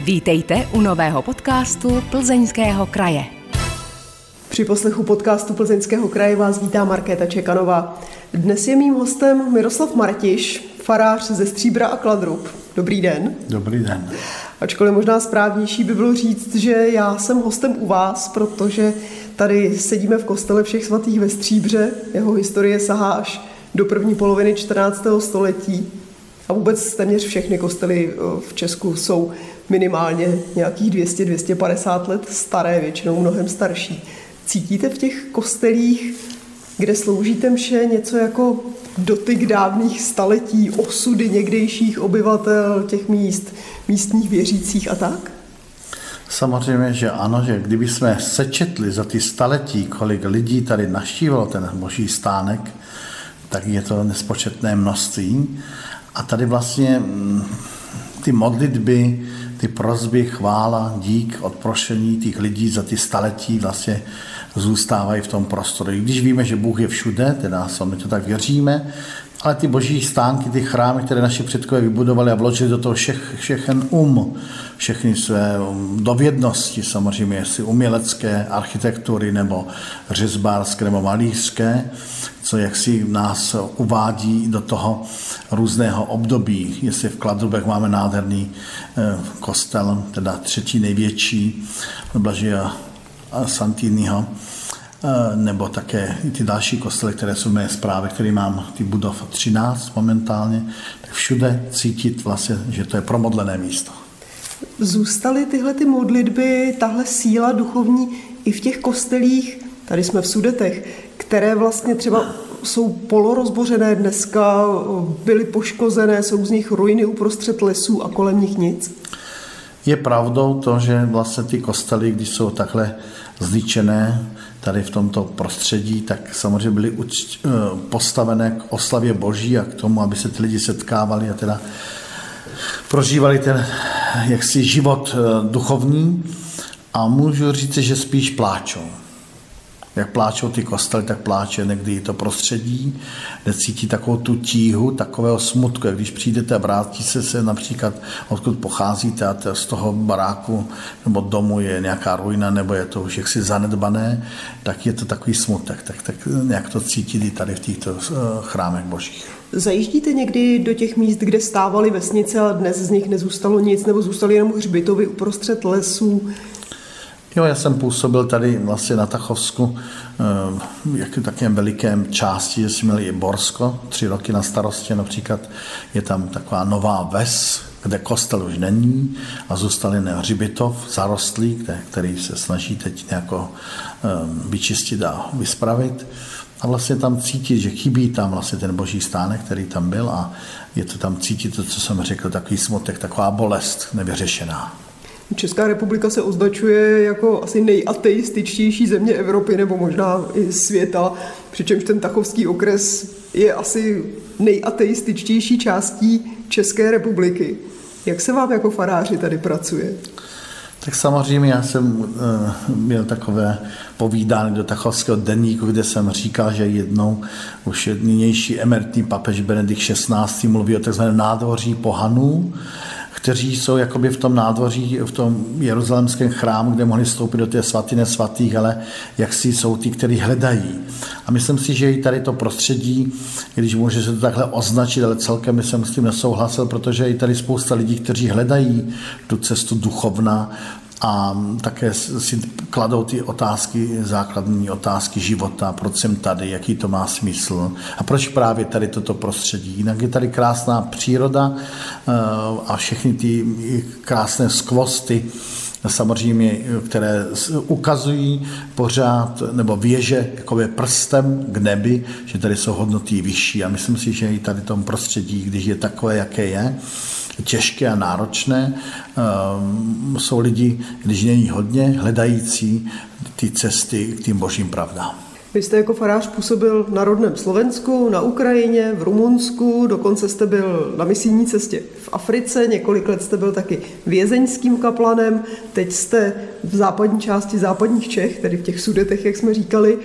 Vítejte u nového podcastu Plzeňského kraje. Při poslechu podcastu Plzeňského kraje vás vítá Markéta Čekanová. Dnes je mým hostem Miroslav Martiš, farář ze Stříbra a Kladrub. Dobrý den. Dobrý den. Ačkoliv možná správnější by bylo říct, že já jsem hostem u vás, protože tady sedíme v kostele Všech svatých ve Stříbře. Jeho historie sahá až do první poloviny 14. století. A vůbec téměř všechny kostely v Česku jsou minimálně nějakých 200-250 let staré, většinou mnohem starší. Cítíte v těch kostelích, kde sloužíte mše, něco jako dotyk dávných staletí, osudy někdejších obyvatel těch míst, místních věřících a tak? Samozřejmě, že ano, že kdyby jsme sečetli za ty staletí, kolik lidí tady navštívilo ten boží stánek, tak je to nespočetné množství. A tady vlastně ty modlitby, ty prosby, chvála, dík, odprošení těch lidí za ty staletí vlastně zůstávají v tom prostoru. I když víme, že Bůh je všude, teda my to tak věříme, ale ty boží stánky, ty chrámy, které naši předkové vybudovali a vložili do toho všechny své dovednosti, samozřejmě, jestli umělecké, architektury, nebo řezbářské, nebo malířské, co jaksi nás uvádí do toho různého období. Jestli v Kladrubech máme nádherný kostel, teda třetí největší, Blažia Santiniho, nebo také i ty další kostely, které jsou v mé správě, které mám ty budov 13 momentálně, tak všude cítit vlastně, že to je promodlené místo. Zůstaly tyhle ty modlitby, tahle síla duchovní i v těch kostelích, tady jsme v Sudetech, které vlastně třeba jsou polorozbořené dneska, byly poškozené, jsou z nich ruiny uprostřed lesů a kolem nich nic? Je pravdou to, že vlastně ty kostely, když jsou takhle zničené tady v tomto prostředí, tak samozřejmě byly postavené k oslavě Boží a k tomu, aby se ty lidi setkávali a teda prožívali ten jaksi život duchovní, a můžu říct, že spíš pláčou. Jak pláčou ty kostely, tak pláče někdy to prostředí, kde cítí takovou tu tíhu, takového smutku. Jak když přijdete a vrátíte se například, odkud pocházíte, a z toho baráku nebo domu je nějaká ruina, nebo je to už jaksi zanedbané, tak je to takový smutek. Tak nějak to cítí tady v těchto chrámech božích. Zajíždíte někdy do těch míst, kde stávaly vesnice a dnes z nich nezůstalo nic, nebo zůstaly jenom hřbitovy uprostřed lesů? Jo, já jsem působil tady vlastně na Tachovsku v takém velikém části, že jsme měli i Borsko, 3 roky na starostě, například je tam taková nová ves, kde kostel už není a zůstal jen hřbitov zarostlý, který se snaží teď nějako vyčistit a vyspravit. A vlastně tam cítit, že chybí tam vlastně ten boží stánek, který tam byl, a je to tam cítit to, co jsem řekl, takový smutek, taková bolest nevyřešená. Česká republika se označuje jako asi nejateističtější země Evropy nebo možná i světa, přičemž ten Tachovský okres je asi nejateističtější částí České republiky. Jak se vám jako faráři tady pracuje? Tak samozřejmě já jsem měl takové povídání do Tachovského deníku, kde jsem říkal, že jednou už nynější emeritní papež Benedikt XVI. Mluví o takzvaném nádvoří pohanů, kteří jsou jakoby v tom nádvoří, v tom jeruzalémském chrámu, kde mohli vstoupit do té svatyně svatých, ale jaksi jsou ty, kteří hledají. A myslím si, že i tady to prostředí, když může se to takhle označit, ale celkem jsem s tím nesouhlasil, protože i tady spousta lidí, kteří hledají tu cestu duchovna a také si kladou ty otázky, základní otázky života, proč jsem tady, jaký to má smysl a proč právě tady toto prostředí. Jinak je tady krásná příroda a všechny ty krásné skvosty, samozřejmě, které ukazují pořád, nebo věže jakoby prstem k nebi, že tady jsou hodnoty vyšší. A myslím si, že i tady v tom prostředí, když je takové, jaké je, těžké a náročné, jsou lidi, když není hodně, hledající ty cesty k tím božím pravdám. Vy jste jako farář působil na rodném Slovensku, na Ukrajině, v Rumunsku, dokonce jste byl na misijní cestě v Africe, několik let jste byl taky vězeňským kaplanem, teď jste v západní části západních Čech, tedy v těch Sudetech, jak jsme říkali.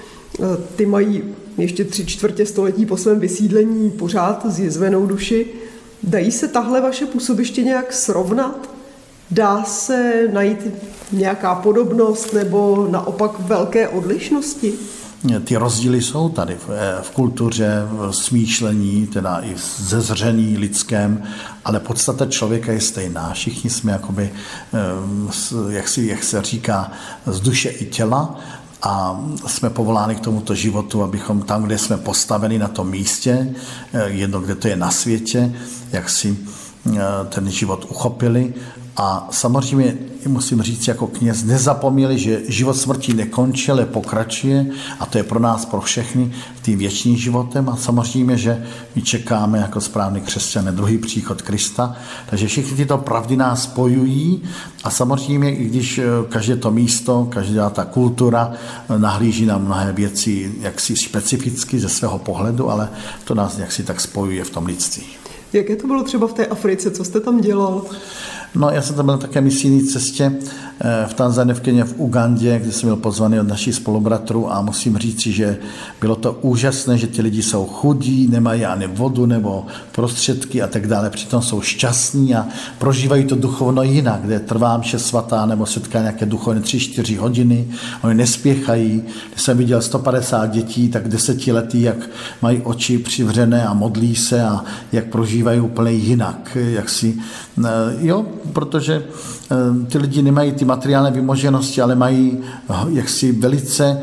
Ty mají ještě 3/4 století po svém vysídlení pořád zjezvenou duši. Dají se tahle vaše působiště nějak srovnat? Dá se najít nějaká podobnost nebo naopak velké odlišnosti? Ty rozdíly jsou tady v kultuře, v smýšlení, teda i ze zření lidském, ale podstata člověka je stejná. Všichni jsme jakoby, jak se říká, z duše i těla a jsme povoláni k tomuto životu, abychom tam, kde jsme postaveni na tom místě, jedno, kde to je na světě, jak si ten život uchopili. A samozřejmě musím říct jako kněz, nezapomněli, že život smrti nekončí, ale pokračuje a to je pro nás, pro všechny, tím věčným životem a samozřejmě, že my čekáme jako správný křesťané druhý příchod Krista, takže všechny tyto pravdy nás spojují a samozřejmě, i když každé to místo, každá ta kultura nahlíží na mnohé věci jaksi specificky ze svého pohledu, ale to nás jaksi tak spojuje v tom lidství. Jaké to bylo třeba v té Africe? Co jste tam dělal? No, já jsem tam byl na také misijní cestě v Tanzanii, v Keně, v Ugandě, kde jsem byl pozvaný od našich spolubratrů a musím říci, že bylo to úžasné, že ti lidi jsou chudí, nemají ani vodu nebo prostředky a tak dále, přitom jsou šťastní a prožívají to duchovno jinak, kde trvá mše svatá nebo setká nějaké duchovně 3-4 hodiny, oni nespěchají. Když jsem viděl 150 dětí, tak 10letý, jak mají oči přivřené a modlí se a jak prožívají úplně jinak, jak si, jo, protože ty lidi nemají ty materiální vymoženosti, ale mají jaksi velice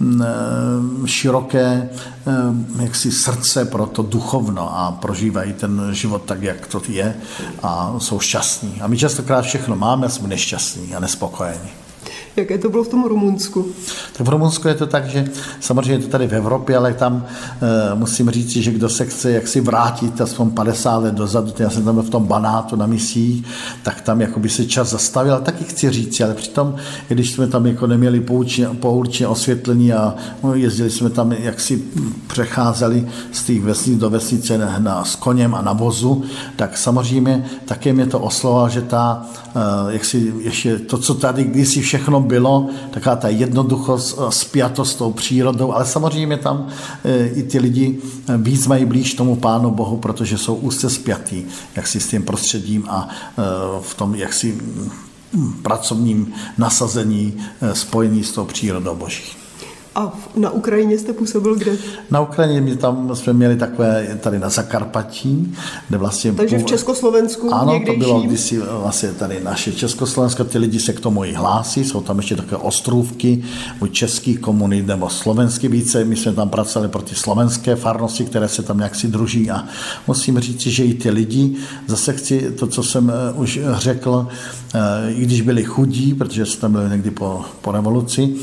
široké jaksi srdce pro to duchovno a prožívají ten život tak, jak to je a jsou šťastní. A my častokrát všechno máme a jsme nešťastní a nespokojení. Jaké to bylo v tom Rumunsku? Tak v Rumunsku je to tak, že samozřejmě je to tady v Evropě, ale tam musím říct, že kdo se chce jaksi vrátit aspoň 50 let dozadu, já jsem tam byl v tom Banátu na misích, tak tam jakoby se čas zastavil, ale taky chci říct, ale přitom, když jsme tam jako neměli pouličně osvětlení a jezdili jsme tam, jak si přecházeli z těch vesnic do vesnice s koněm a na vozu, tak samozřejmě také mě to oslovilo, že ta, jak si ještě to, co tady kdysi všechno bylo, taková ta jednoduchost, spjatost s tou přírodou, ale samozřejmě tam i ty lidi víc mají blíž tomu Pánu Bohu, protože jsou úzce spjatí, jak si s tím prostředím a v tom jaksi pracovním nasazení spojení s tou přírodou Boží. A na Ukrajině jste působil kde? Na Ukrajině tam jsme měli takové tady na Zakarpatí, kde vlastně... Takže v Československu ano, někdejším? to bylo kdysi vlastně tady naše Československo, ty lidi se k tomu i hlásí, jsou tam ještě takové ostrůvky, buď českých komunit nebo slovenský více, my jsme tam pracovali pro ty slovenské farnosti, které se tam nějak si druží a musím říct, že i ty lidi, zase chci to, co jsem už řekl, i když byli chudí, protože jsme tam byli někdy po revoluci,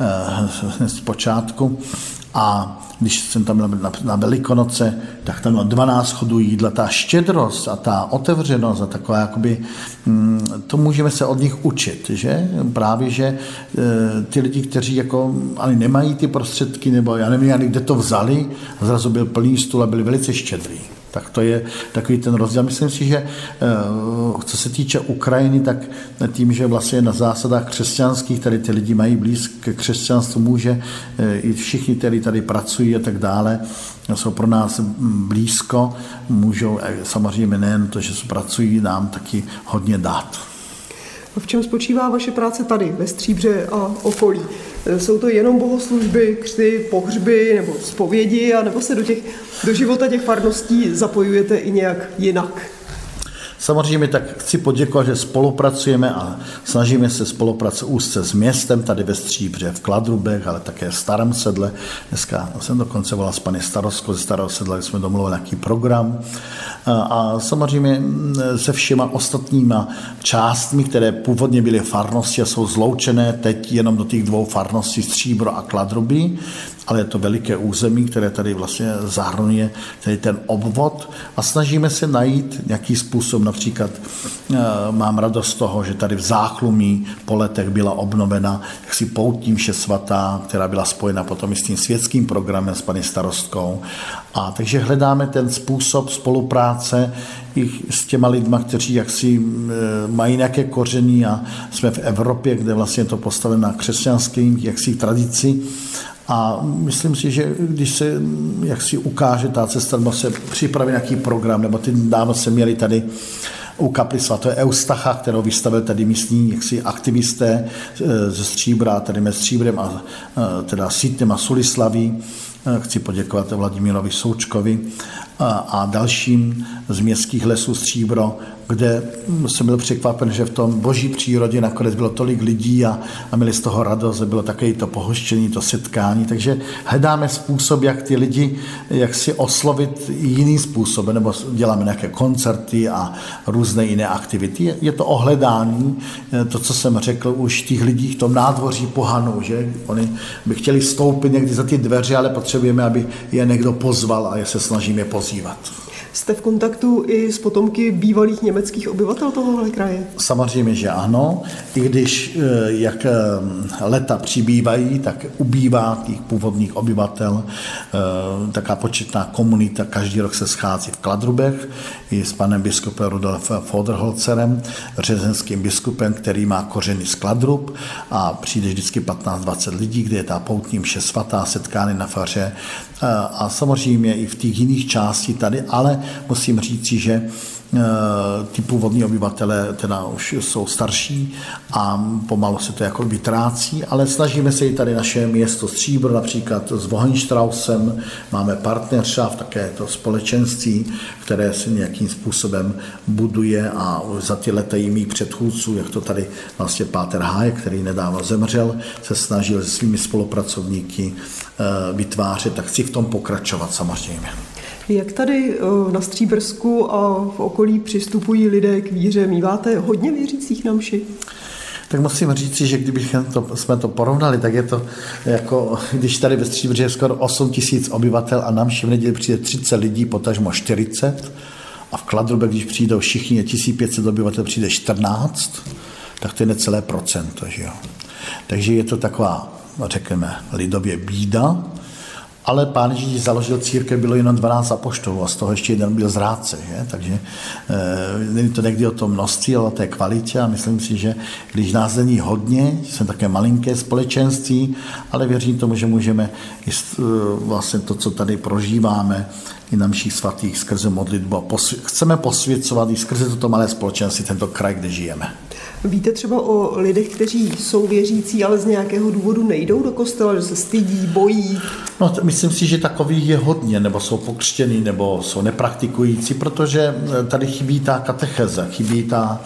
z počátku a když jsem tam byl na Velikonoce, tak tam bylo 12 chodů jídla, ta štědrost a ta otevřenost a taková jakoby, to můžeme se od nich učit, že? Právě, že ty lidi, kteří jako ani nemají ty prostředky, nebo já nevím ani kde to vzali, a zrazu byl plný stůl a byli velice štědrý. Tak to je takový ten rozdíl. Myslím si, že co se týče Ukrajiny, tak tím, že vlastně na zásadách křesťanských, tady ty lidi mají blízko k křesťanstvu, může i všichni, kteří tady pracují a tak dále, jsou pro nás blízko, můžou samozřejmě nejen to, že pracují, nám taky hodně dát. A v čem spočívá vaše práce tady, ve Stříbře a okolí? Jsou to jenom bohoslužby, křty, pohřby nebo zpovědi, a nebo se do života těch farností zapojujete i nějak jinak? Samozřejmě tak chci poděkovat, že spolupracujeme a snažíme se spolupracovat úzce s městem tady ve Stříbře, v Kladrubech, ale také v Starém Sedle. Dneska jsem dokonce volal s paní starostkou ze Starého Sedla, kde jsme domluvili nějaký program. A samozřejmě se všema ostatníma částmi, které původně byly farnosti a jsou zloučené teď jenom do těch dvou farností Stříbro a Kladruby, ale je to veliké území, které tady vlastně zahrnuje tady ten obvod a snažíme se najít nějaký způsob. Například mám radost z toho, že tady v Záchlumí po letech byla obnovena jaksi poutní mše svatá, která byla spojena potom i s tím světským programem s paní starostkou. A takže hledáme ten způsob spolupráce i s těma lidma, kteří jaksi mají nějaké koření a jsme v Evropě, kde vlastně je to postaveno na křesťanské jaksi tradici. A myslím si, že když se jaksi ukáže ta cesta, nebo se připraví nějaký program, nebo ty dávno se měli tady u kapli svatého Eustacha, kterou vystavil tady místní jaksi aktivisté ze Stříbra, tady mezi Stříbrem a teda Sýtnem a Sulislaví. Chci poděkovat Vladimírovi Součkovi a dalším z městských lesů Stříbro, kde jsem byl překvapen, že v tom boží přírodě nakonec bylo tolik lidí a měli z toho radost, bylo také to pohoštění, to setkání, takže hledáme způsob, jak ty lidi, jak si oslovit jiným způsobem, nebo děláme nějaké koncerty a různé jiné aktivity. Je to ohledání, to, co jsem řekl už těch lidí v tom nádvoří pohanů, že oni by chtěli vstoupit někdy za ty dveře, ale potřebujeme, aby je někdo pozval a je se snažíme pozývat. Jste v kontaktu i s potomky bývalých německých obyvatel tohohle kraje? Samozřejmě, že ano. I když jak leta přibývají, tak ubývá těch původních obyvatel. Taká početná komunita každý rok se schází v Kladrubech i s panem biskupem Rudolfem Foderholzerem, řezenským biskupem, který má kořeny z Kladrub a přijde vždycky 15-20 lidí, kde je ta poutní mše svatá, setkání na faře a samozřejmě i v těch jiných částí tady, ale musím říci, že ty původní obyvatele teda už jsou starší a pomalu se to jako vytrácí, ale snažíme se i tady naše město Stříbro, například s Vohenštrausem, máme partnerschaft, také to společenství, které se nějakým způsobem buduje a za ty leta mých předchůdců, jak to tady vlastně Páter Hájek, který nedávno zemřel, se snažil se svými spolupracovníky vytvářet, tak chci v tom pokračovat samozřejmě. Jak tady na Stříbrsku a v okolí přistupují lidé k víře? Míváte hodně věřících na mši? Tak musím říci, že jsme to porovnali, tak je to jako, když tady ve Stříbře je skoro 8 000 obyvatel a na mši v neděli přijde 30 lidí, potažmo 40, a v Kladrubech, když přijdou všichni 1500 obyvatel, přijde 14, tak to je necelé procento. Že jo? Takže je to taková, řekněme, lidově bída, ale Pán Ježíš založil církev, bylo jenom 12 apoštolů a z toho ještě jeden byl zrádce, že? Takže není to někdy o tom množství, ale o té kvalitě a myslím si, že když nás není hodně, jsme také malinké společenství, ale věřím tomu, že můžeme vlastně to, co tady prožíváme, i na mších svatých skrze modlitbu. Chceme posvěcovat i skrze toto malé společenství tento kraj, kde žijeme. Víte třeba o lidech, kteří jsou věřící, ale z nějakého důvodu nejdou do kostela, že se stydí, bojí? No, myslím si, že takových je hodně, nebo jsou pokřtění, nebo jsou nepraktikující, protože tady chybí ta katecheze, chybí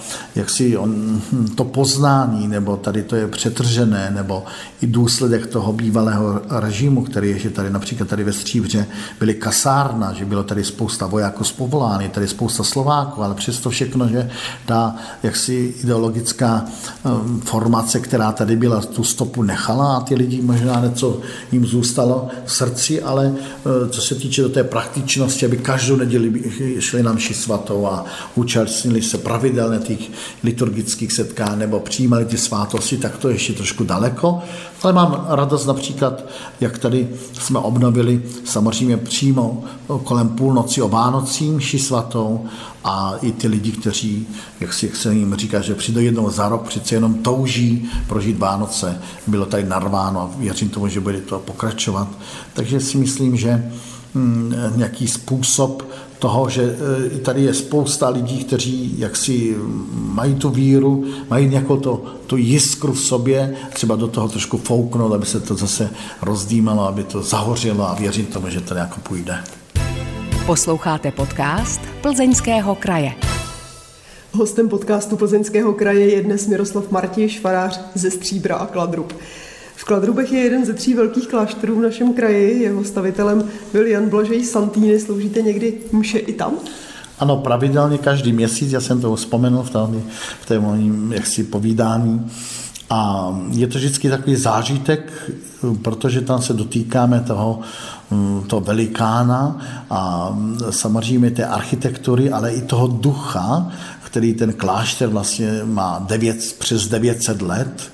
to poznání, nebo tady to je přetržené, nebo i důsledek toho bývalého režimu, který je, že tady například tady ve Stříbře byly kasárna, že bylo tady spousta vojáků z povolání, tady spousta Slováků, ale přesto všechno, že ta ideologická formace, která tady byla, tu stopu nechala a ty lidi možná něco jim zůstalo v srdci, ale co se týče do té praktičnosti, aby každou neděli šli na mši svatou a účastnili se pravidelně těch liturgických setkání nebo přijímali ty svátosti, tak to je ještě trošku daleko. Ale mám radost například, jak tady jsme obnovili samozřejmě přímo kolem půlnoci o Vánocích mši svatou a i ty lidi, kteří, jak se jim říká, že přijdou jednou za rok, přece jenom touží prožít Vánoce. Bylo tady narváno a věřím tomu, že bude to pokračovat. Takže si myslím, že nějaký způsob toho, že tady je spousta lidí, kteří jaksi mají tu víru, mají nějakou tu jiskru v sobě, třeba do toho trošku fouknout, aby se to zase rozdýmalo, aby to zahořelo a věřím tomu, že to nějak půjde. Posloucháte podcast Plzeňského kraje. Hostem podcastu Plzeňského kraje je dnes Miroslav Martiš, farář ze Stříbra a Kladrub. V Kladrubech je jeden ze 3 velkých klášterů v našem kraji, jeho stavitelem byl Jan Blažej Santýny. Sloužíte někdy mše i tam? Ano, pravidelně každý měsíc, já jsem to vzpomenul v té mojím povídání. A je to vždycky takový zážitek, protože tam se dotýkáme toho velikána a samozřejmě té architektury, ale i toho ducha, který ten klášter vlastně má přes 900 let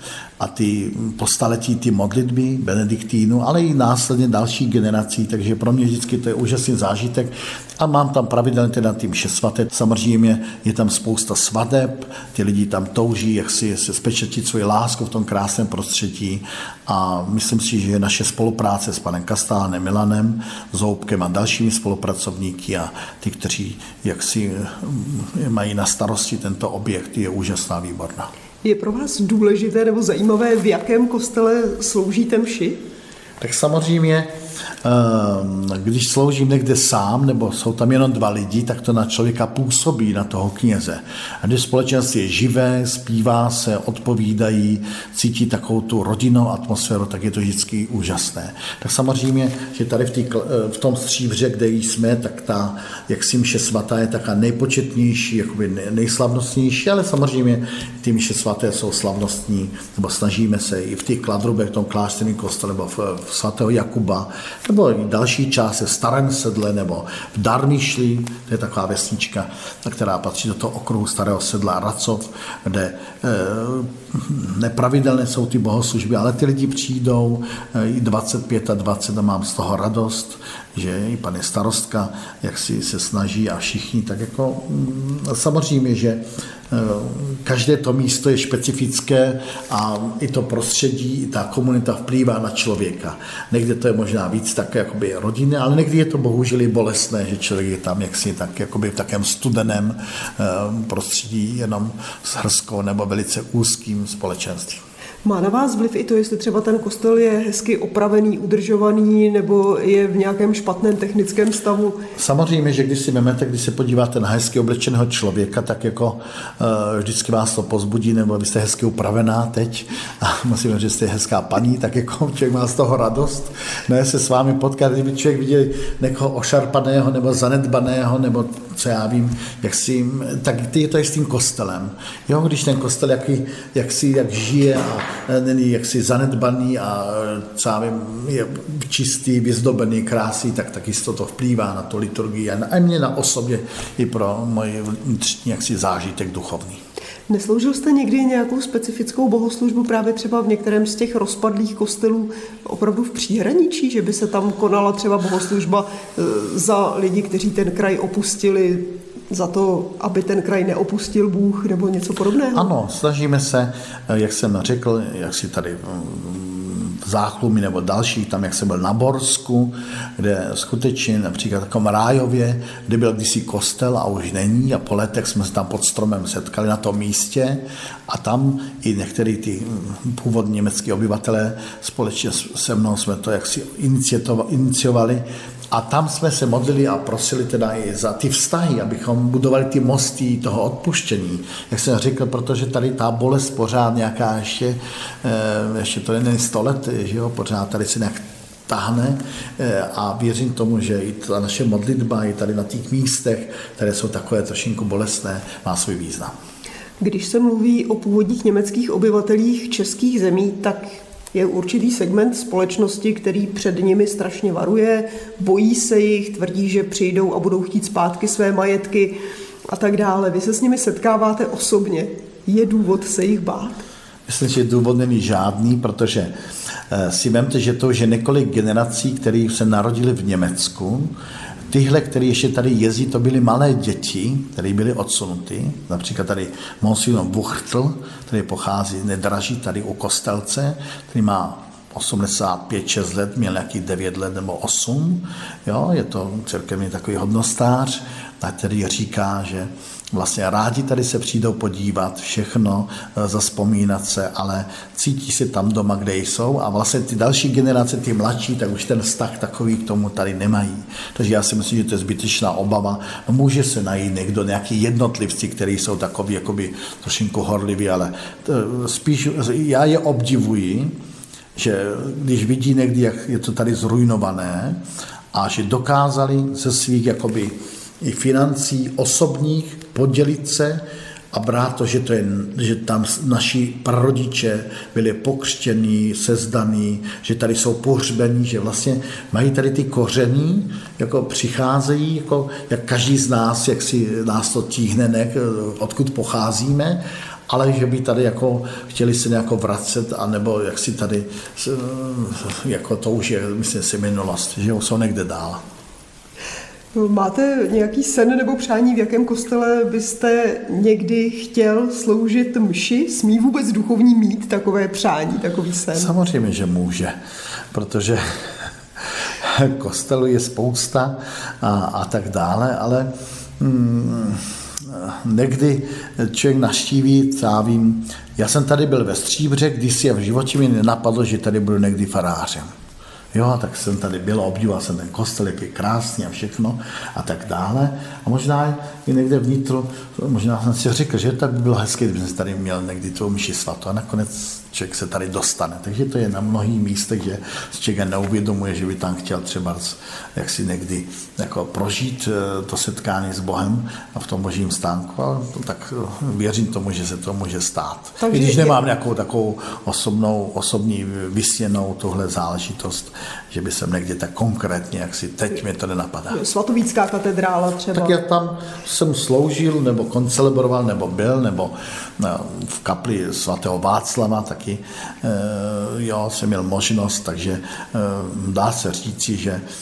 a ty po staletí ty modlitby benediktínů, ale i následně další generací, takže pro mě vždycky to je úžasný zážitek a mám tam pravidelně teda ty mše svaté. Samozřejmě je tam spousta svadeb, ty lidi tam touží, jak si spečetit svoji lásku v tom krásném prostředí a myslím si, že naše spolupráce s panem Kastánem, Milanem, Zoubkem a dalšími spolupracovníky a ty, kteří jaksi mají na starosti tento objekt, je úžasná, výborná. Je pro vás důležité nebo zajímavé, v jakém kostele sloužíte mši? Tak samozřejmě, když sloužím někde sám, nebo jsou tam jenom 2 lidi, tak to na člověka působí, na toho kněze. A když společenství je živé, zpívá se, odpovídají, cítí takovou tu rodinnou atmosféru, tak je to vždycky úžasné. Tak samozřejmě, že tady v tom Stříbře, kde jsme, tak ta jaksi mše svatá je taká nejpočetnější, jakoby nejslavnostnější, ale samozřejmě ty mše svaté jsou slavnostní, nebo snažíme se i v těch Kladrubech, v tom klášterním kostele, nebo v svatého Jakuba, nebo i další část v Starém Sedle, nebo v Darmyšli, to je taková vesnička, která patří do toho okruhu Starého Sedla Racov, kde nepravidelné jsou ty bohoslužby, ale ty lidi přijdou i 25 a 20 a mám z toho radost, že i pane starostka, jak si se snaží a všichni, tak jako samozřejmě, že každé to místo je specifické a i to prostředí, i ta komunita vplývá na člověka. Někde to je možná víc tak jakoby rodinné, ale někdy je to bohužel i bolestné, že člověk je tam jaksi tak jakoby v takém studeném prostředí, jenom s hrskou nebo velice úzkým společenstvím. Má na vás vliv i to, jestli třeba ten kostel je hezky opravený, udržovaný, nebo je v nějakém špatném technickém stavu? Samozřejmě, že když se podíváte na hezky oblečeného člověka, tak jako vždycky vás to pozbudí, nebo vy jste hezky upravená teď a musím říct, že jste hezká paní, tak jako člověk má z toho radost. Ne se s vámi potkat, kdyby člověk viděl někoho ošarpaného nebo zanedbaného, nebo co já vím, tak je to i s tím kostelem. Jo, když ten kostel jak žije a není jaksi zanedbaný a co já vím, je čistý, vyzdobený, krásný, tak taky to vplývá na tu liturgii a mě na osobě i pro můj vnitřní jaksi zážitek duchovní. Nesloužil jste někdy nějakou specifickou bohoslužbu právě třeba v některém z těch rozpadlých kostelů opravdu v příhraničí, že by se tam konala třeba bohoslužba za lidi, kteří ten kraj opustili, za to, aby ten kraj neopustil Bůh nebo něco podobného? Ano, snažíme se, jak jsem řekl, jak si tady v Záchlumi nebo dalších, tam jak jsem byl na Borsku, kde skutečně například v takovém Rájově, kde byl kdysi kostel a už není a po letech jsme se tam pod stromem setkali na tom místě a tam i některý ty původní německý obyvatelé společně se mnou jsme to jaksi iniciovali. A tam jsme se modlili a prosili teda i za ty vztahy, abychom budovali ty mosty toho odpuštění. Jak jsem řekl, protože tady ta bolest pořád nějaká ještě to není 100 let, že jo, pořád tady se nějak tahne a věřím tomu, že i ta naše modlitba i tady na těch místech, které jsou takové trošinku bolestné, má svůj význam. Když se mluví o původních německých obyvatelích českých zemí, tak je určitý segment společnosti, který před nimi strašně varuje, bojí se jich, tvrdí, že přijdou a budou chtít zpátky své majetky a tak dále. Vy se s nimi setkáváte osobně. Je důvod se jich bát? Myslím, že důvod není žádný, protože si vemte, že to už je několik generací, které se narodili v Německu. Tyhle, které ještě tady jezdí, to byly malé děti, které byly odsunuty. Například tady monsignor Buchtl, který pochází z Nedraží, tady u Kostelce, který má 85-6 let, měl nějakých 9 let nebo 8. Jo, je to církevní takový hodnostář, který říká, že vlastně rádi tady se přijdou podívat, všechno, zazpomínat se, ale cítí se tam doma, kde jsou a vlastně ty další generace, ty mladší, tak už ten vztah takový k tomu tady nemají. Takže já si myslím, že to je zbytečná obava. No, může se najít někdo, nějaký jednotlivci, kteří jsou takový jakoby trošinku horliví, ale spíš já je obdivuji, že když vidí někdy, jak je to tady zrujnované a že dokázali ze svých jakoby i financí osobních podělit se a brát to, že tam naši prarodiče byli pokřtění, sezdaní, že tady jsou pohřbení, že vlastně mají tady ty kořeny, jako přicházejí, jako jak každý z nás, jak si nás to tíhne, odkud pocházíme, ale že by tady jako chtěli se nějak vracet, anebo jak si tady, jako to už je, myslím si, minulost, že jsou někde dál. Máte nějaký sen nebo přání, v jakém kostele byste někdy chtěl sloužit mši? Smí vůbec duchovní mít takové přání, takový sen? Samozřejmě, že může, protože kostelů je spousta a tak dále, ale někdy člověk navštíví, já vím, já jsem tady byl ve Stříbře, když si v životě mi nenapadlo, že tady budu někdy farářem. Jo, tak jsem tady byl, obdivoval jsem ten kostel, jak je krásný a všechno a tak dále. A možná i někde vnitru, možná jsem si řekl, že tak by bylo hezké, kdyby jsem tady měl někdy tu mši svatou a nakonec člověk se tady dostane. Takže to je na mnohých místech, že člověk neuvědomuje, že by tam chtěl třeba jak si někdy jako prožít to setkání s Bohem a v tom božím stánku, ale tak věřím tomu, že se to může stát. Takže když nemám nějakou takovou osobní vysněnou tuhle záležitost, že by jsem někde tak konkrétně, jak si teď mě to nenapadá. Svatovícká katedrála třeba. Tak já tam jsem sloužil, nebo koncelebroval, nebo byl, nebo v kapli svatého Václava taky, jo, jsem měl možnost, takže dá se říci,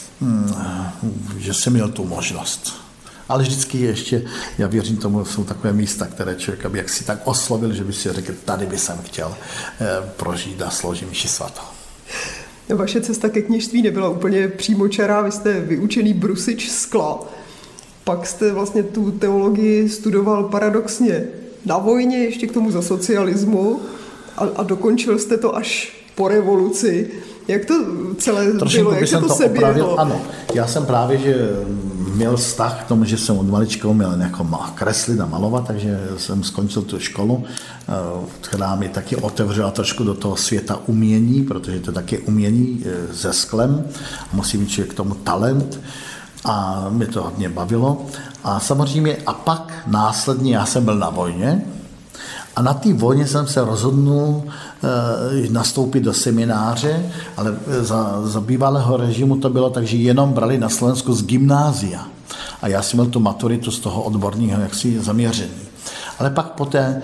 že jsem měl tu možnost. Ale vždycky ještě, já věřím tomu, jsou takové místa, které člověk aby jak si tak oslovil, že by si řekl, tady by jsem chtěl prožít a sloužit mši svatou. Vaše cesta ke kněžství nebyla úplně přímočará, vy jste vyučený brusič skla. Pak jste vlastně tu teologii studoval paradoxně na vojně, ještě k tomu za socialismu a dokončil jste to až po revoluci. Jak to celé bylo? Jak se to seběhlo? Ano, já jsem právě, že měl vztah k tomu, že jsem od malička uměl jako kreslit a malovat, takže jsem skončil tu školu, která mi taky otevřela trošku do toho světa umění, protože to je taky umění se sklem a musí mít člověk k tomu talent. A mě to hodně bavilo. A samozřejmě, a pak následně já jsem byl na vojně a na té vojně jsem se rozhodnul nastoupit do semináře, ale za bývalého režimu to bylo tak, že jenom brali na Slovensku z gymnázia. A já jsem měl tu maturitu z toho odborného jaksi zaměření. Ale pak po té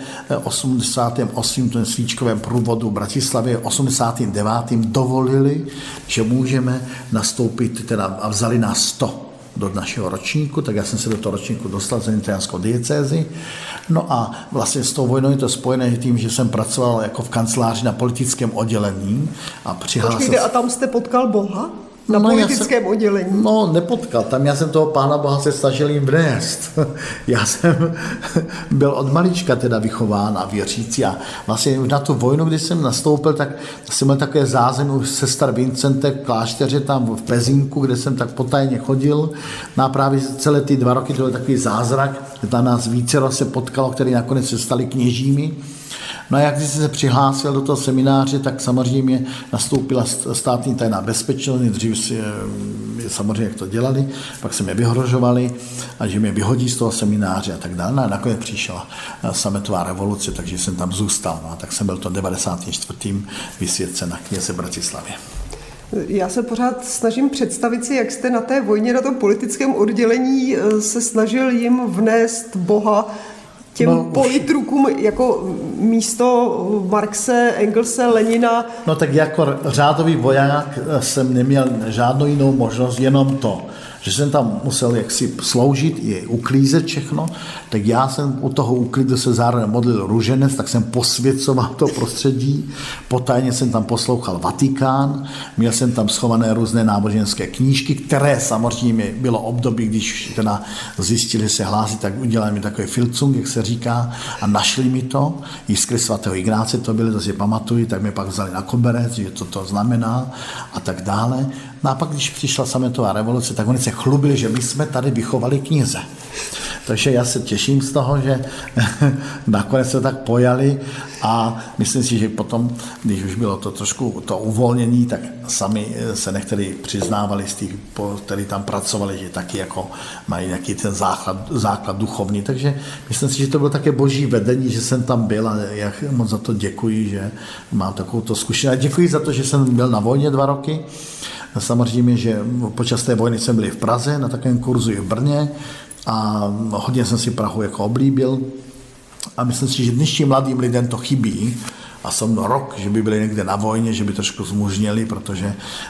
88. svíčkovém průvodu v Bratislavě 89. dovolili, že můžeme nastoupit, teda a vzali nás 100 do našeho ročníku, tak já jsem se do toho ročníku dostal za nitrianskou diecézi. No a vlastně s tou vojnou je to spojené tím, že jsem pracoval jako v kanceláři na politickém oddělení a přihlásil. Počkejte, a tam jste potkal Boha? Na politickém oddělení? No, nepotkal. Tam já jsem toho Pána Boha se snažil jim vnést. Já jsem byl od malička teda vychován a věřící a vlastně na tu vojnu, když jsem nastoupil, tak jsem měl takové zázemí už sestar Vincente v klášteře tam v Pezinku, kde jsem tak potajně chodil. No a právě celé ty 2 roky to byl takový zázrak, že tam nás vícero se potkalo, který nakonec se stali kněžími. No a jak když jsem se přihlásil do toho semináře, tak samozřejmě nastoupila státní tajná bezpečnost, nejdřív si samozřejmě jak to dělali, pak se mě vyhrožovali a že mě vyhodí z toho semináře a tak dále. No a nakonec přišla sametová revoluce, takže jsem tam zůstal. No a tak jsem byl to 94. vysvěcen na kněze v Bratislavě. Já se pořád snažím představit si, jak jste na té vojně, na tom politickém oddělení se snažil jim vnést Boha těm politrukům jako místo Marxe, Engelse, Lenina. No tak jako řádový voják jsem neměl žádnou jinou možnost, jenom to, že jsem tam musel jaksi sloužit, je uklízet všechno, tak já jsem u toho uklidu se zároveň modlil růženec, tak jsem posvěcoval to prostředí, potajně jsem tam poslouchal Vatikán, měl jsem tam schované různé náboženské knížky, které samozřejmě bylo období, když teda zjistili, že se hlásí, tak udělali mi takový filcung, jak se říká, a našli mi to, jiskry svatého Ignáce to byly, to si pamatuju, tak mě pak vzali na koberec, že to znamená a tak dále. No a pak, když přišla sametová revoluce, tak oni se chlubili, že my jsme tady vychovali kněze. Takže já se těším z toho, že nakonec se tak pojali a myslím si, že potom, když už bylo to trošku to uvolnění, tak sami se někteří přiznávali z těch, kteří tam pracovali, že taky jako mají nějaký ten základ duchovní. Takže myslím si, že to bylo také boží vedení, že jsem tam byl a já moc za to děkuji, že mám takovou to zkušenost. Děkuji za to, že jsem byl na vojně 2 roky. Samozřejmě, že počas té vojny jsem byl v Praze, na takovém kurzu i v Brně a hodně jsem si Prahu jako oblíbil A myslím si, že dnešním mladým lidem to chybí a jsem rok, že by byli někde na vojně, že by trošku zmužněli, protože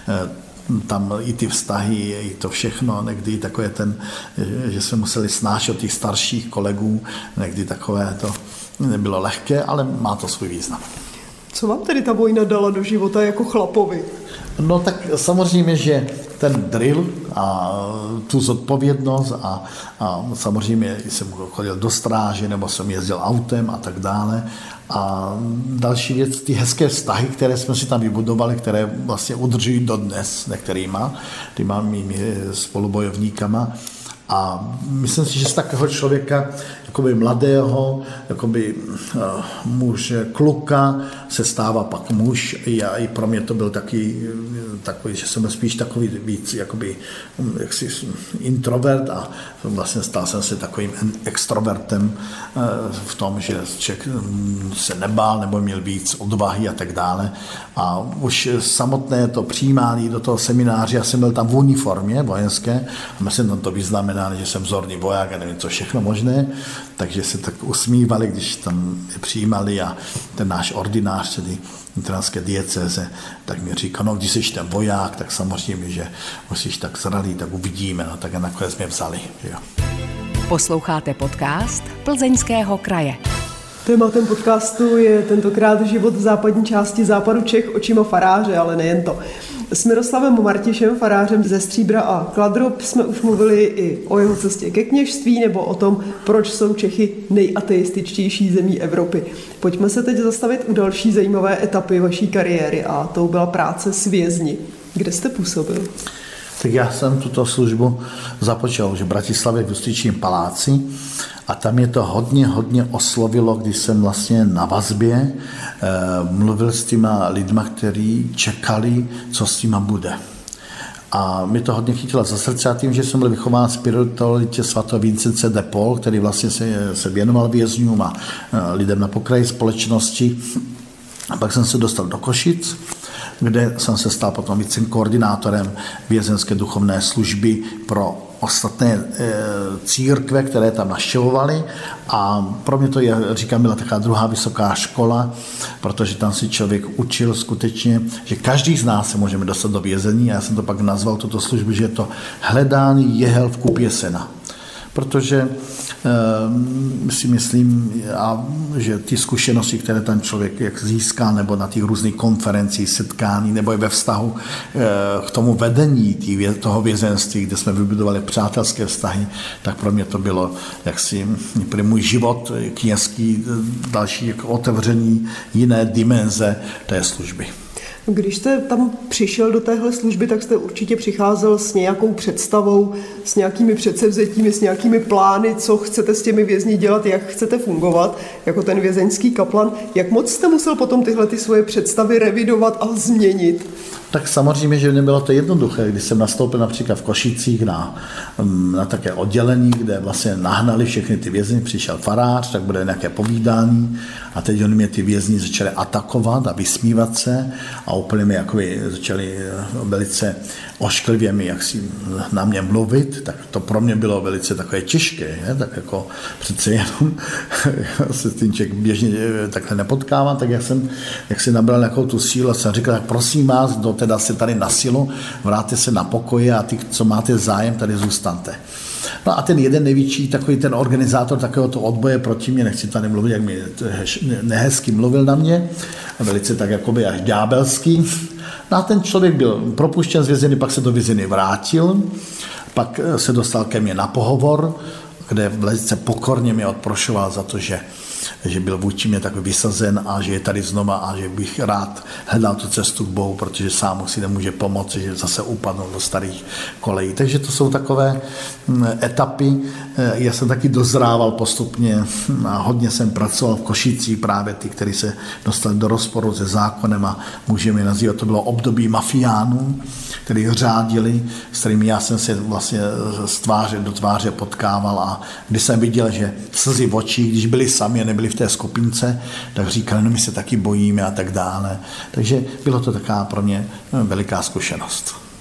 tam i ty vztahy, i to všechno, někdy takové že jsme museli snášet od těch starších kolegů, někdy takové to nebylo lehké, ale má to svůj význam. Co vám tedy ta vojna dala do života jako chlapovi? No tak samozřejmě, že ten drill a tu zodpovědnost a samozřejmě jsem chodil do stráže nebo jsem jezdil autem a tak dále. A další věc, ty hezké vztahy, které jsme si tam vybudovali, které vlastně udržují dodnes některýma, těma mými spolubojovníkama. A myslím si, že z takového člověka, jakoby mladého, jakoby muže, kluka, se stává pak muž. A i pro mě to byl takový, že jsem byl spíš takový víc jakoby jaksi introvert a vlastně stal jsem se takovým extrovertem v tom, že člověk se nebál nebo měl víc odvahy a tak dále. A už samotné to přijímání do toho semináře, já jsem byl tam v uniformě vojenské a my jsem tam to vyznamenali, že jsem vzorný voják a nevím co všechno možné, takže se tak usmívali, když tam přijímali a ten náš ordinář, tedy internské diecéze, tak mi říkal, no když jsi ten voják, tak samozřejmě, že musíš tak zralý, tak uvidíme, no tak a nakonec mě vzali. Jo. Posloucháte podcast Plzeňského kraje. Tématem podcastu je tentokrát život v západní části západu Čech očima faráře, ale nejen to. S Miroslavem Martišem, farářem ze Stříbra a Kladrub, jsme už mluvili i o jeho cestě ke kněžství nebo o tom, proč jsou Čechy nejateističtější zemí Evropy. Pojďme se teď zastavit u další zajímavé etapy vaší kariéry a to byla práce s vězni. Kde jste působil? Tak já jsem tuto službu započal už v Bratislavě v Justičním paláci a tam mě to hodně oslovilo, když jsem vlastně na vazbě mluvil s těma lidma, kteří čekali, co s těma bude. A mě to hodně chytilo za srdce a tím, že jsem byl vychován spiritualitě svatého Vincence de Paul, který vlastně se věnoval vězňům a lidem na pokraji společnosti. A pak jsem se dostal do Košic, kde jsem se stal potom vicekoordinátorem vězenské duchovné služby pro ostatné církve, které tam navštěvovaly a pro mě to je, říkám, byla taková druhá vysoká škola, protože tam si člověk učil skutečně, že každý z nás se můžeme dostat do vězení a já jsem to pak nazval tuto službu, že je to hledání jehel v kupě sena. Protože si myslím, že ty zkušenosti, které ten člověk jak získá, nebo na těch různých konferencích, setkání, nebo i ve vztahu k tomu vedení toho vězenství, kde jsme vybudovali přátelské vztahy, tak pro mě to bylo jaksi pro můj život kněžský další jako otevření jiné dimenze té služby. Když jste tam přišel do téhle služby, tak jste určitě přicházel s nějakou představou, s nějakými předsevzetími, s nějakými plány, co chcete s těmi vězni dělat, jak chcete fungovat jako ten vězeňský kaplan. Jak moc jste musel potom tyhle svoje představy revidovat a změnit? Tak samozřejmě, že nebylo to jednoduché, když jsem nastoupil například v Košicích na také oddělení, kde vlastně nahnali všechny ty vězni, přišel farář, tak bude nějaké povídání a teď oni mě ty vězni začali atakovat a vysmívat se a úplně mi jakoby začali velice ošklivě mi jaksi na mě mluvit, tak to pro mě bylo velice takové těžké, je? Tak jako přece jenom se s tím člověk běžně takhle nepotkává, tak jak si nabral nějakou tu sílu a jsem říkal, tak prosím vás, kdo teda se tady na silu, vráťte se na pokoje a ty, co máte zájem, tady zůstaňte. No a ten jeden největší, takový ten organizátor takového to odboje proti mě, nechci tady mluvit, jak mi nehezky mluvil na mě, velice tak jakoby až ďábelský. No a ten člověk byl propuštěn z vězení, pak se do vězení vrátil, pak se dostal ke mně na pohovor, kde velice pokorně mě odprošoval za to, že byl vůči mě takový vysazen a že je tady znova a že bych rád hledal tu cestu k Bohu, protože sám si nemůže pomoci, že zase upadnou do starých kolejí. Takže to jsou takové etapy. Já jsem taky dozrával postupně a hodně jsem pracoval v Košicích, právě ty, kteří se dostali do rozporu se zákonem a můžeme je nazývat, to bylo období mafiánů, kteří řádili, s kterými já jsem se vlastně z tváře do tváře potkával a když jsem viděl, že slzy v očích, když byli sami a nebyli v té skupince, tak říkali, no my se taky bojíme a tak dále. Takže bylo to taková pro mě veliká zkušenost.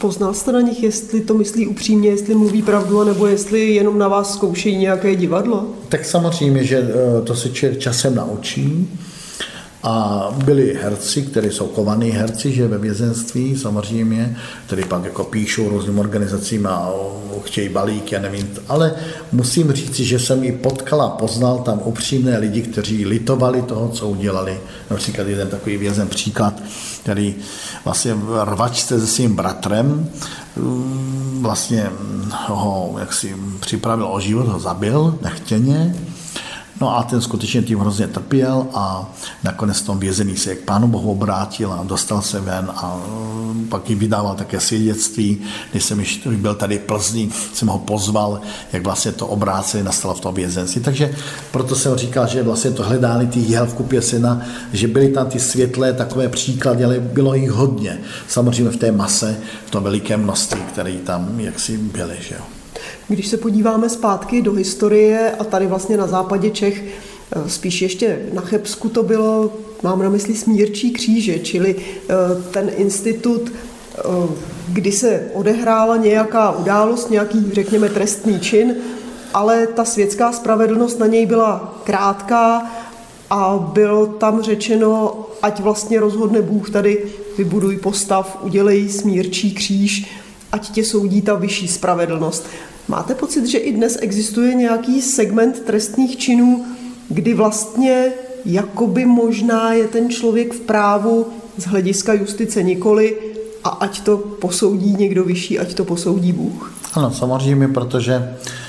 Poznal jste na nich, jestli to myslí upřímně, jestli mluví pravdu, nebo jestli jenom na vás zkoušejí nějaké divadlo? Tak samozřejmě, že to se člověk časem naučí. A byli herci, kteří jsou kovaní herci, že ve vězenství samozřejmě, kteří pak jako píšou různým organizacím a chtějí balíky, já nevím. Ale musím říct, že jsem i potkal a poznal tam upřímné lidi, kteří litovali toho, co udělali. Například jeden takový vězen příklad, který vlastně v rvačce se svým bratrem vlastně ho jaksi připravil o život, ho zabil nechtěně. No a ten skutečně tím hrozně trpěl a nakonec v tom vězení se k Pánu Bohu obrátil a dostal se ven a pak i vydával také svědectví. Když jsem ještě byl tady v Plzni, jsem ho pozval, jak vlastně to obrácení nastalo v tom vězenství. Takže proto jsem říkal, že vlastně to hledání těch jehel v kupě syna, že byly tam ty světlé takové příklady, ale bylo jich hodně. Samozřejmě v té mase, v tom velikém množství, které tam jaksi byly, že jo. Když se podíváme zpátky do historie a tady vlastně na západě Čech, spíš ještě na Chebsku to bylo, mám na mysli smírčí kříže, čili ten institut, kdy se odehrála nějaká událost, nějaký, řekněme, trestný čin, ale ta světská spravedlnost na něj byla krátká a bylo tam řečeno, ať vlastně rozhodne Bůh, tady vybuduj postav, udělej smírčí kříž, ať tě soudí ta vyšší spravedlnost. Máte pocit, že i dnes existuje nějaký segment trestných činů, kdy vlastně jakoby možná je ten člověk v právu z hlediska justice nikoli a ať to posoudí někdo vyšší, ať to posoudí Bůh? Ano, samozřejmě, protože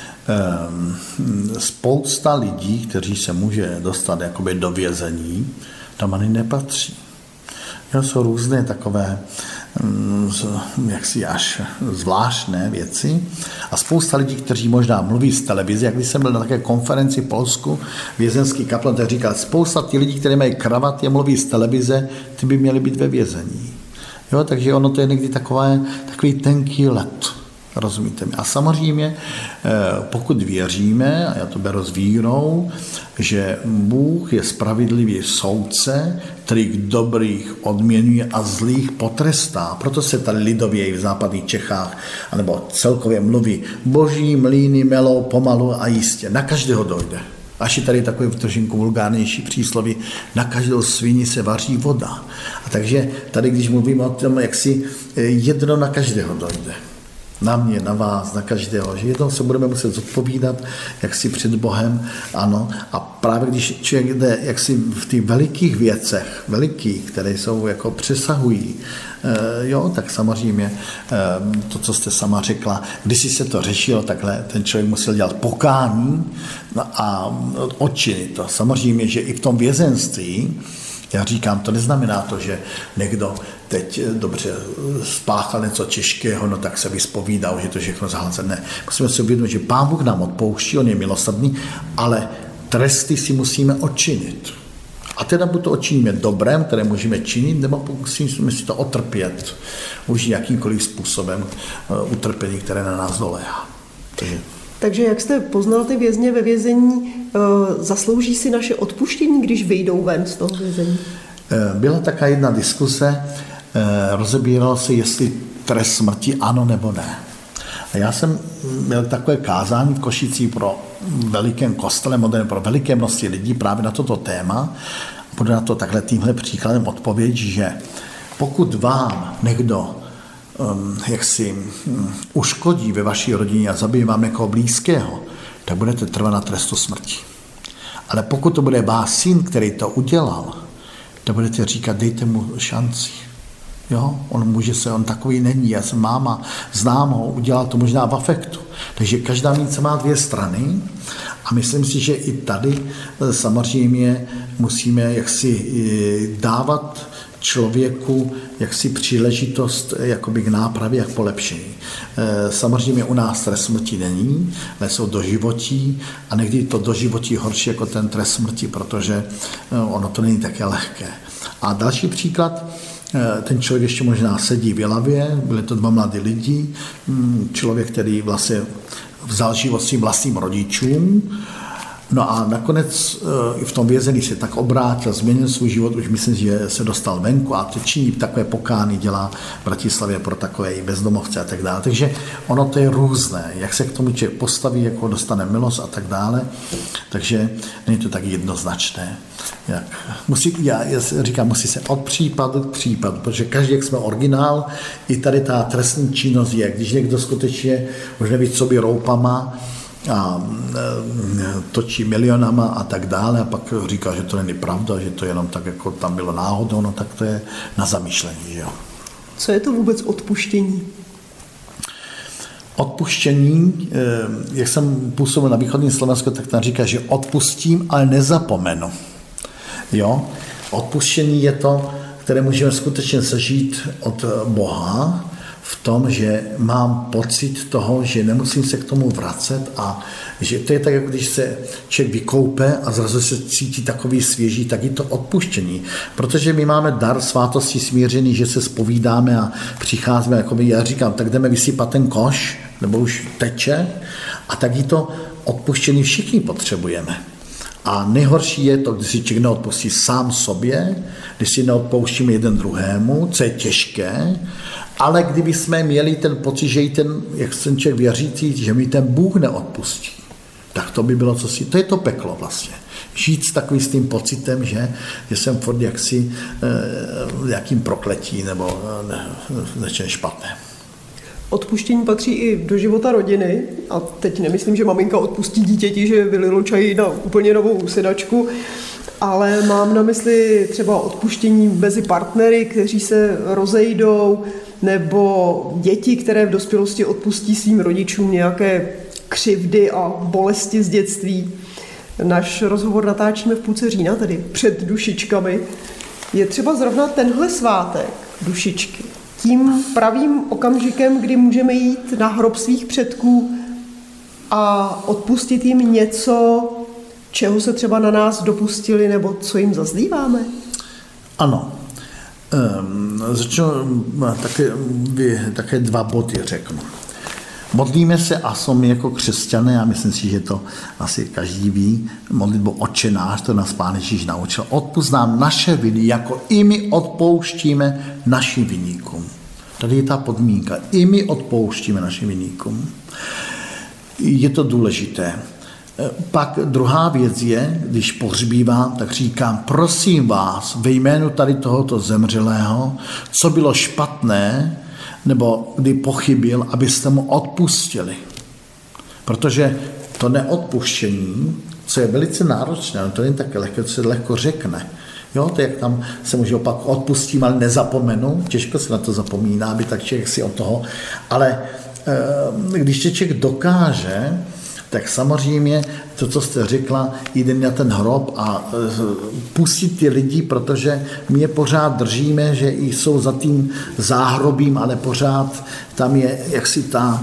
spousta lidí, kteří se může dostat jakoby do vězení, tam ani nepatří. Jsou různé takové jaksi až zvláštné věci a spousta lidí, kteří možná mluví z televize, jak když jsem byl na také konferenci v Polsku, vězenský kaplan, tak říkal, spousta těch lidí, kteří mají kravaty a mluví z televize, ty by měli být ve vězení. Jo, takže ono to je někdy takový tenký led. Rozumíte mi? A samozřejmě, pokud věříme, a já to beru s vírou, že Bůh je spravedlivý soudce, který dobrých odměňuje a zlých potrestá. Proto se tady lidově i v západních Čechách, anebo celkově mluví, boží mlýny melou pomalu a jistě. Na každého dojde. Až je tady takový trošinku vulgárnější přísloví, na každou svíni se vaří voda. A takže tady, když mluvíme o tom, jak si jedno na každého dojde. Na mě, na vás, na každého, že jednou se budeme muset zodpovídat, jak si před Bohem, ano, a právě když člověk jde jak si v těch velikých věcech, které jsou jako přesahují, jo, tak samozřejmě to, co jste sama řekla, když si se to řešilo takhle, ten člověk musel dělat pokání a odčinit to. Samozřejmě, že i v tom vězenství, já říkám, to neznamená to, že někdo teď dobře spáchal něco těžkého, no tak se vyspovídal, že to všechno zahlacen. Ne. Musíme si uvědomit, že Pán Bůh nám odpouští, on je milosrdný, ale tresty si musíme odčinit. A teda buď to odčiníme dobrém, které můžeme činit, nebo musíme si to otrpět už jakýmkoliv způsobem utrpení, které na nás doléhá. Takže jak jste poznal ty vězně ve vězení, zaslouží si naše odpuštění, když vyjdou ven z toho vězení? Byla taková jedna diskuse, rozebíralo se, jestli trest smrti ano nebo ne. A já jsem měl takové kázání v Košicích pro velikém kostele, moderně pro veliké množství lidí právě na toto téma. Budu na to takhle tímhle příkladem odpověď, že pokud vám někdo jak si uškodí ve vaší rodině a zabije vám někoho blízkého, tak budete trvat na trestu smrti. Ale pokud to bude váš syn, který to udělal, tak budete říkat, dejte mu šanci. Jo? On takový není, já jsem máma, znám ho, udělal to možná v afektu. Takže každá mince má dvě strany a myslím si, že i tady samozřejmě musíme jaksi dávat člověku jaksi příležitost jakoby k nápravě a k polepšení. Samozřejmě u nás trest smrti není, ale jsou doživotí a někdy to doživotí horší jako ten trest smrti, protože ono to není také lehké. A další příklad, ten člověk ještě možná sedí v Jilavě, byli to dva mladí lidi, člověk, který vlastně vzal život svým vlastním rodičům No a nakonec i v tom vězení se tak obrátil, změnil svůj život, už myslím, že se dostal venku a teď činí takové pokány, dělá v Bratislavě pro takové i bezdomovce a tak dále. Takže ono to je různé, jak se k tomu člověk postaví, jako dostane milost a tak dále. Takže není to tak jednoznačné. Já říkám, musí se od případu k případu, protože každý, jak jsme originál, i tady ta trestní činnost je, když někdo skutečně už neví, co by roupama, a točí milionama a tak dále a pak říká, že to není pravda, že to jenom tak, jako tam bylo náhodou, no tak to je na zamýšlení, že jo. Co je to vůbec odpuštění? Odpuštění, jak jsem působil na východním Slovensku, tak tam říká, že odpustím, ale nezapomenu. Jo? Odpuštění je to, které můžeme skutečně zažít od Boha, v tom, že mám pocit toho, že nemusím se k tomu vracet a že to je tak, jako když se člověk vykoupe a zrazu se cítí takový svěží, tak je to odpuštění. Protože my máme dar svátosti smíření, že se zpovídáme a přicházíme, jako já říkám, tak jdeme vysypat ten koš, nebo už teče, a tak je to odpuštění všichni potřebujeme. A nejhorší je to, když si člověk neodpustí sám sobě, když si neodpouštíme jeden druhému, co je těžké, ale kdyby jsme měli ten pocit, že i ten, jak jsem člověk věřící, že mi ten Bůh neodpustí, tak to by bylo to je to peklo vlastně. Žít s takovým s tím pocitem, že jsem furt jaksi nějakým prokletí nebo něčem špatné. Odpuštění patří i do života rodiny a teď nemyslím, že maminka odpustí dítěti, že vylilo čaj na úplně novou sedačku, ale mám na mysli třeba odpuštění mezi partnery, kteří se rozejdou, nebo děti, které v dospělosti odpustí svým rodičům nějaké křivdy a bolesti z dětství. Náš rozhovor natáčíme v půlce října, tedy před dušičkami. Je třeba zrovna tenhle svátek dušičky tím pravým okamžikem, kdy můžeme jít na hrob svých předků a odpustit jim něco, čeho se třeba na nás dopustili, nebo co jim zazlíváme? Ano. Začnu také dva body řeknu. Modlíme se a jsou my jako křesťané, a myslím si, že to asi každý ví, modlitbu Otče náš, to nás Pán Ježíš naučil. Odpusť nám naše viny, jako i my odpouštíme našim viníkům. Tady je ta podmínka. I my odpouštíme našim viníkům. Je to důležité. Pak druhá věc je, když pohřbívám, tak říkám, prosím vás ve jménu tady tohoto zemřelého, co bylo špatné, nebo kdy pochybil, abyste mu odpustili. Protože to neodpuštění, co je velice náročné, to není tak lehké, co se lehko řekne. Jo, to jak tam se může opak odpustím, ale nezapomenu, těžko se na to zapomíná, aby tak člověk si od toho, ale když člověk dokáže, tak samozřejmě to, co jste řekla, jde na ten hrob a pustit ty lidi, protože my je pořád držíme, že jsou za tím záhrobím, ale pořád tam je jaksi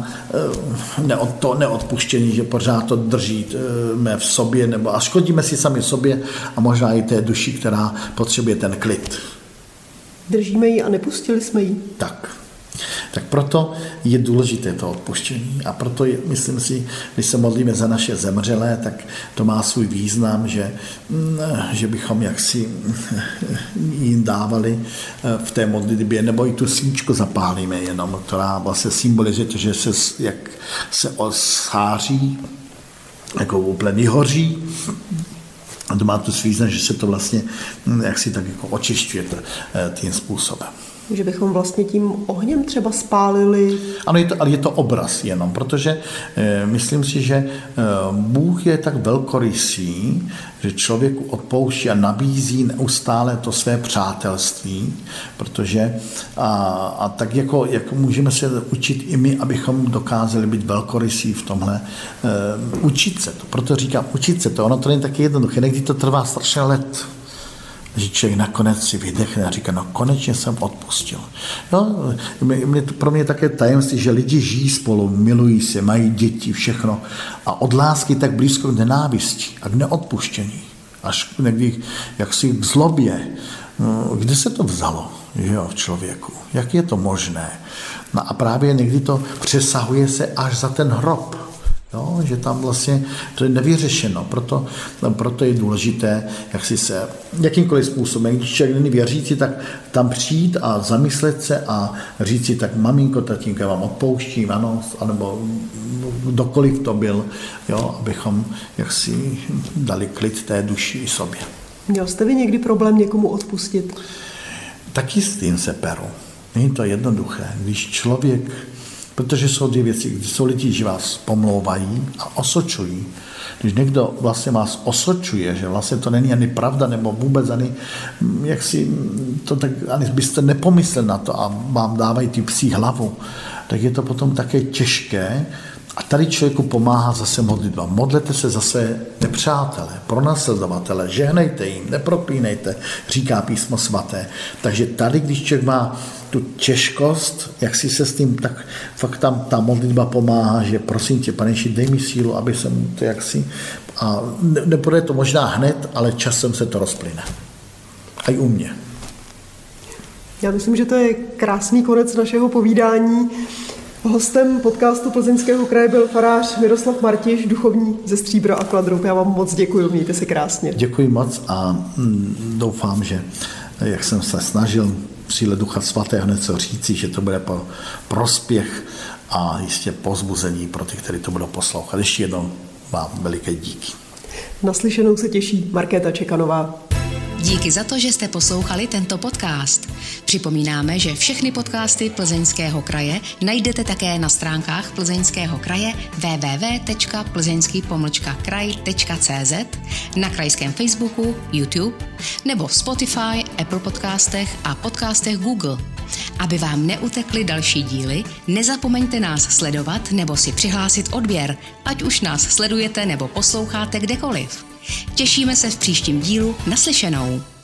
to neodpuštění, že pořád to držíme v sobě, nebo a škodíme si sami sobě a možná i té duši, která potřebuje ten klid. Držíme ji a nepustili jsme ji. Tak proto je důležité to odpuštění a proto myslím si, když se modlíme za naše zemřelé, tak to má svůj význam, že bychom jaksi jim dávali v té modlitbě, nebo i tu svíčku zapálíme jenom, která vlastně symbolizuje to, že jak se osáří, jako úplně vyhoří, a to má tu význam, že se to vlastně jaksi tak jako očišťuje tím způsobem. Že bychom vlastně tím ohněm třeba spálili. Ano, ale je to obraz jenom, protože myslím si, že Bůh je tak velkorysý, že člověku odpouští a nabízí neustále to své přátelství, protože a tak jako můžeme se učit i my, abychom dokázali být velkorysí v tomhle, učit se to. Proto říkám, učit se to, ono to není taky jednoduché, někdy to trvá strašně let. Že člověk nakonec si vydechne a říká, no konečně jsem odpustil. Jo, pro mě je také tajemství, že lidi žijí spolu, milují se, mají děti, všechno a od lásky tak blízko k nenávisti a k neodpuštění. Až někdy jaksi k zlobě. Kde se to vzalo, jo, v člověku? Jak je to možné? No a právě někdy to přesahuje se až za ten hrob. Jo, že tam vlastně to je nevyřešeno, proto je důležité, jak si se jakýmkoliv způsobem, když člověk není věřící, tak tam přijít a zamyslet se a říct si, tak maminko, tatínko, já vám odpouštím, ano, anebo kdokoliv to byl, jo, abychom jaksi dali klid té duši i sobě. Měl jste vy někdy problém někomu odpustit? Taky s tím se peru. Není to jednoduché, když člověk, protože jsou dvě věci, když jsou lidi, že vás pomlouvají a osočují. Když někdo vlastně vás osočuje, že vlastně to není ani pravda, nebo vůbec ani, jak si to tak, ani byste nepomyslel na to a vám dávají ty psí hlavu, tak je to potom také těžké. A tady člověku pomáhá zase modlitba. Modlete se za své nepřátele, pronásledovatele, žehnejte jim, neproklínejte, říká Písmo svaté. Takže tady, když člověk má tu těžkost, jak si se s tím, tak fakt tam ta modlitba pomáhá, že prosím tě, Pane Ježíši, dej mi sílu, aby jsem to jaksi, a nepůjde to možná hned, ale časem se to rozplyne. A i u mě. Já myslím, že to je krásný konec našeho povídání. Hostem podcastu Plzeňského kraje byl farář Miroslav Martiš, duchovní ze Stříbra a Kladrup. Já vám moc děkuji, mějte se krásně. Děkuji moc a doufám, že jak jsem se snažil síle Ducha Svatého něco říci, že to bude pro prospěch a jistě povzbuzení pro ty, kteří to budou poslouchat. Ještě jednou vám veliké díky. Naslyšenou se těší Markéta Čekanová. Díky za to, že jste poslouchali tento podcast. Připomínáme, že všechny podcasty Plzeňského kraje najdete také na stránkách Plzeňského kraje www.plzeňský-kraj.cz, na krajském Facebooku, YouTube nebo v Spotify, Apple podcastech a podcastech Google. Aby vám neutekly další díly, nezapomeňte nás sledovat nebo si přihlásit odběr, ať už nás sledujete nebo posloucháte kdekoliv. Těšíme se v příštím dílu. Naslyšenou.